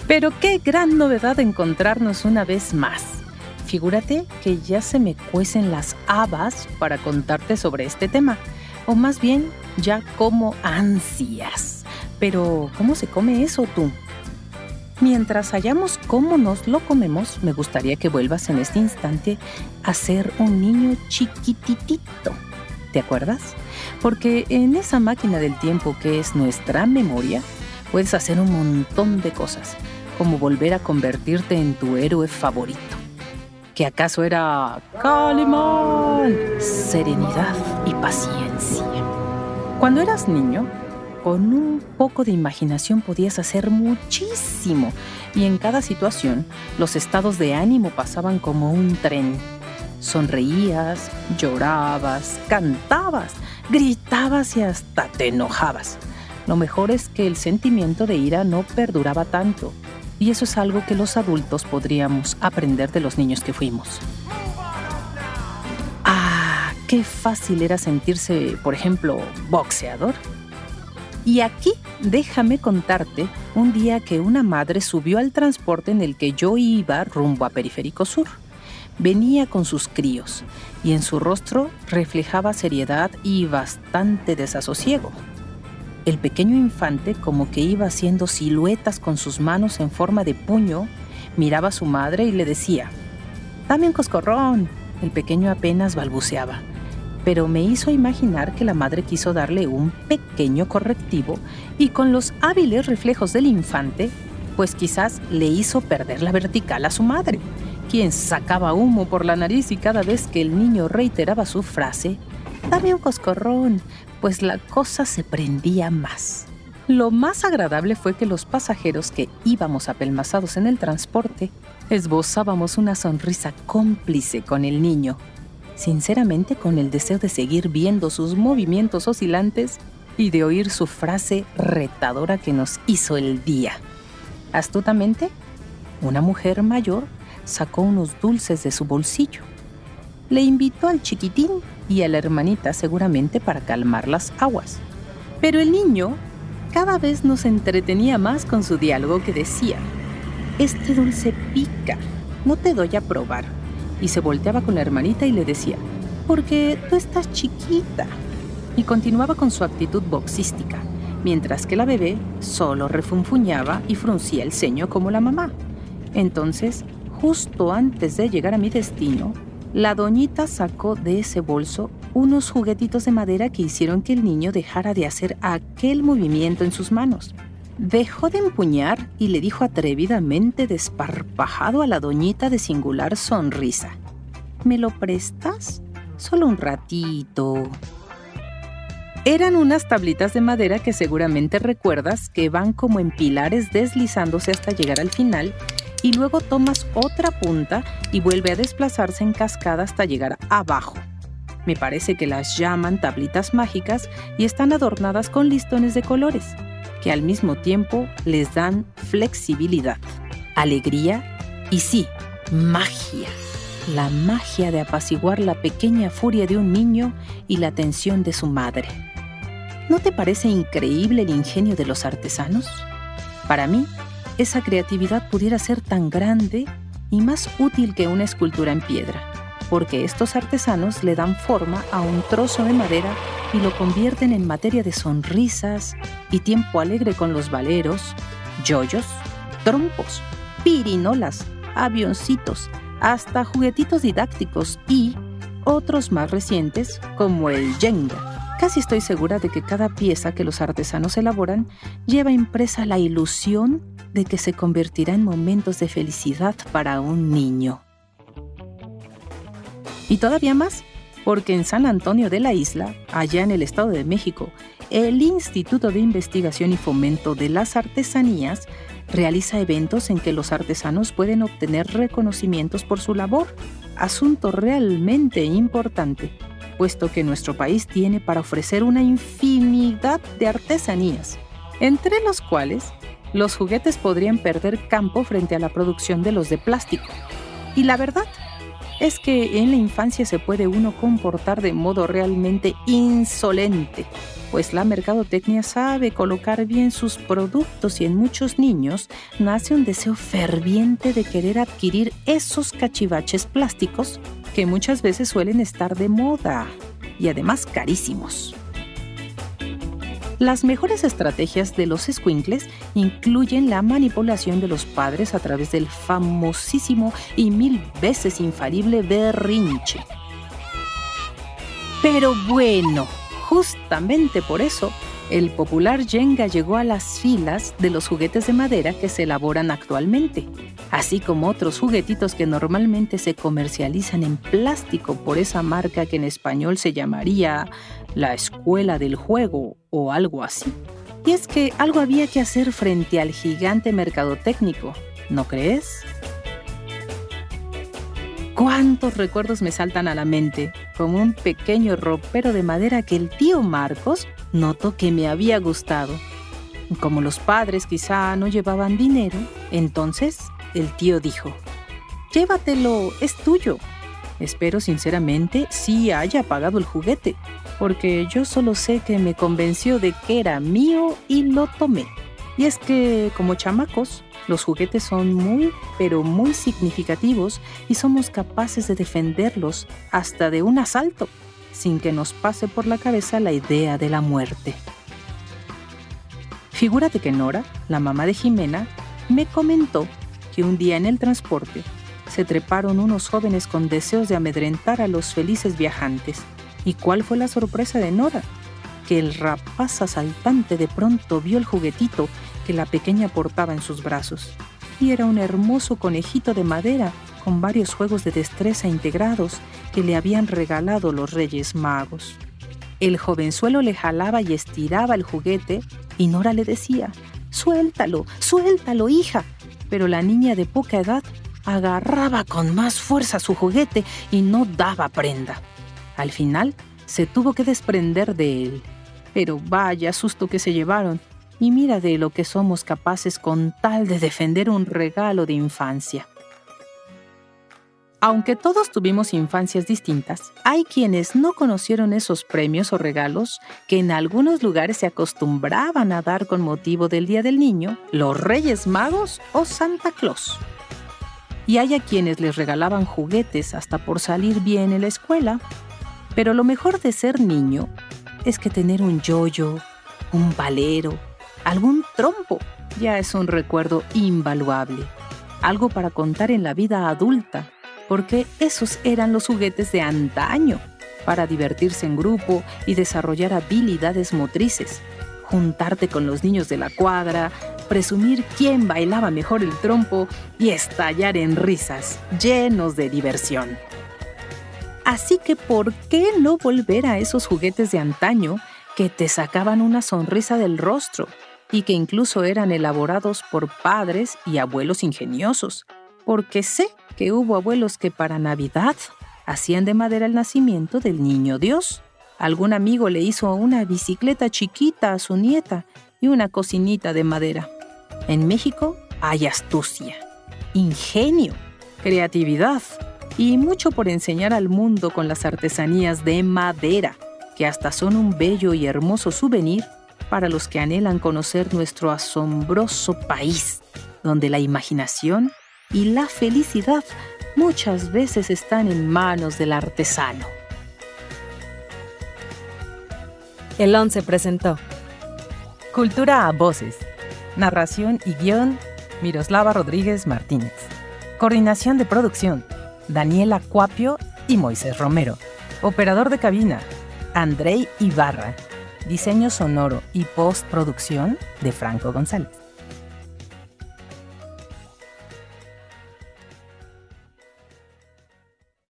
Pero qué gran novedad encontrarnos una vez más. Figúrate que ya se me cuecen las habas para contarte sobre este tema. O más bien, ya como ansias. Pero, ¿cómo se come eso tú? Mientras hallamos cómo nos lo comemos, me gustaría que vuelvas en este instante a ser un niño chiquititito. ¿Te acuerdas? Porque en esa máquina del tiempo que es nuestra memoria, puedes hacer un montón de cosas, como volver a convertirte en tu héroe favorito. ¿Que acaso era Calimán? Serenidad y paciencia. Cuando eras niño, con un poco de imaginación podías hacer muchísimo, y en cada situación los estados de ánimo pasaban como un tren. Sonreías, llorabas, cantabas, gritabas y hasta te enojabas. Lo mejor es que el sentimiento de ira no perduraba tanto, y eso es algo que los adultos podríamos aprender de los niños que fuimos. ¡Ah! ¡Qué fácil era sentirse, por ejemplo, boxeador! Y aquí déjame contarte un día que una madre subió al transporte en el que yo iba rumbo a Periférico Sur. Venía con sus críos y en su rostro reflejaba seriedad y bastante desasosiego. El pequeño infante, como que iba haciendo siluetas con sus manos en forma de puño, miraba a su madre y le decía: «¡Dame un coscorrón!». El pequeño apenas balbuceaba, pero me hizo imaginar que la madre quiso darle un pequeño correctivo y con los hábiles reflejos del infante, pues quizás le hizo perder la vertical a su madre, quien sacaba humo por la nariz y cada vez que el niño reiteraba su frase, «¡Dame un coscorrón!», pues la cosa se prendía más. Lo más agradable fue que los pasajeros que íbamos apelmazados en el transporte esbozábamos una sonrisa cómplice con el niño, sinceramente con el deseo de seguir viendo sus movimientos oscilantes y de oír su frase retadora que nos hizo el día. Astutamente, una mujer mayor sacó unos dulces de su bolsillo. Le invitó al chiquitín y a la hermanita seguramente para calmar las aguas. Pero el niño cada vez nos entretenía más con su diálogo que decía: «Este dulce pica, no te doy a probar». Y se volteaba con la hermanita y le decía: «Porque tú estás chiquita». Y continuaba con su actitud boxística, mientras que la bebé solo refunfuñaba y fruncía el ceño como la mamá. Entonces, justo antes de llegar a mi destino, la doñita sacó de ese bolso unos juguetitos de madera que hicieron que el niño dejara de hacer aquel movimiento en sus manos. Dejó de empuñar y le dijo atrevidamente desparpajado a la doñita de singular sonrisa: «¿Me lo prestas? Solo un ratito». Eran unas tablitas de madera que seguramente recuerdas que van como en pilares deslizándose hasta llegar al final, y luego tomas otra punta y vuelve a desplazarse en cascada hasta llegar abajo. Me parece que las llaman tablitas mágicas y están adornadas con listones de colores, que al mismo tiempo les dan flexibilidad, alegría y sí, magia. La magia de apaciguar la pequeña furia de un niño y la tensión de su madre. ¿No te parece increíble el ingenio de los artesanos? Para mí, esa creatividad pudiera ser tan grande y más útil que una escultura en piedra, porque estos artesanos le dan forma a un trozo de madera y lo convierten en materia de sonrisas y tiempo alegre con los valeros, yoyos, trompos, pirinolas, avioncitos, hasta juguetitos didácticos y otros más recientes como el Jenga. Casi estoy segura de que cada pieza que los artesanos elaboran lleva impresa la ilusión de que se convertirá en momentos de felicidad para un niño. Y todavía más, porque en San Antonio de la Isla, allá en el Estado de México, el Instituto de Investigación y Fomento de las Artesanías realiza eventos en que los artesanos pueden obtener reconocimientos por su labor, asunto realmente importante, puesto que nuestro país tiene para ofrecer una infinidad de artesanías, entre los cuales los juguetes podrían perder campo frente a la producción de los de plástico. Y la verdad, es que en la infancia se puede uno comportar de modo realmente insolente, pues la mercadotecnia sabe colocar bien sus productos y en muchos niños nace un deseo ferviente de querer adquirir esos cachivaches plásticos que muchas veces suelen estar de moda y además carísimos. Las mejores estrategias de los escuincles incluyen la manipulación de los padres a través del famosísimo y 1000 veces infalible berrinche. Pero bueno, justamente por eso, el popular Jenga llegó a las filas de los juguetes de madera que se elaboran actualmente, así como otros juguetitos que normalmente se comercializan en plástico por esa marca que en español se llamaría la Escuela del Juego o algo así. Y es que algo había que hacer frente al gigante mercadotécnico, ¿no crees? ¿Cuántos recuerdos me saltan a la mente? Como un pequeño ropero de madera que el tío Marcos notó que me había gustado. Como los padres quizá no llevaban dinero, entonces el tío dijo: «Llévatelo, es tuyo». Espero sinceramente sí haya pagado el juguete, porque yo solo sé que me convenció de que era mío y lo tomé. Y es que, como chamacos, los juguetes son muy, pero muy significativos y somos capaces de defenderlos hasta de un asalto, sin que nos pase por la cabeza la idea de la muerte. Figúrate que Nora, la mamá de Jimena, me comentó que un día en el transporte se treparon unos jóvenes con deseos de amedrentar a los felices viajantes. ¿Y cuál fue la sorpresa de Nora? Que el rapaz asaltante de pronto vio el juguetito que la pequeña portaba en sus brazos. Y era un hermoso conejito de madera con varios juegos de destreza integrados que le habían regalado los Reyes Magos. El jovenzuelo le jalaba y estiraba el juguete y Nora le decía: «Suéltalo, suéltalo, hija». Pero la niña de poca edad agarraba con más fuerza su juguete y no daba prenda. Al final, se tuvo que desprender de él. Pero vaya susto que se llevaron. Y mira de lo que somos capaces con tal de defender un regalo de infancia. Aunque todos tuvimos infancias distintas, hay quienes no conocieron esos premios o regalos que en algunos lugares se acostumbraban a dar con motivo del Día del Niño, los Reyes Magos o Santa Claus. Y hay a quienes les regalaban juguetes hasta por salir bien en la escuela. Pero lo mejor de ser niño es que tener un yoyo, un valero, algún trompo, ya es un recuerdo invaluable. Algo para contar en la vida adulta, porque esos eran los juguetes de antaño, para divertirse en grupo y desarrollar habilidades motrices, juntarte con los niños de la cuadra, presumir quién bailaba mejor el trompo y estallar en risas, llenos de diversión. Así que, ¿por qué no volver a esos juguetes de antaño que te sacaban una sonrisa del rostro y que incluso eran elaborados por padres y abuelos ingeniosos? Porque sé que hubo abuelos que para Navidad hacían de madera el nacimiento del niño Dios. Algún amigo le hizo una bicicleta chiquita a su nieta y una cocinita de madera. En México hay astucia, ingenio, creatividad y mucho por enseñar al mundo con las artesanías de madera, que hasta son un bello y hermoso souvenir para los que anhelan conocer nuestro asombroso país, donde la imaginación y la felicidad muchas veces están en manos del artesano. El 11 presentó Cultura a Voces. Narración y guión, Miroslava Rodríguez Martínez. Coordinación de producción, Daniela Cuapio y Moisés Romero. Operador de cabina, Andrei Ibarra. Diseño sonoro y postproducción de Franco González.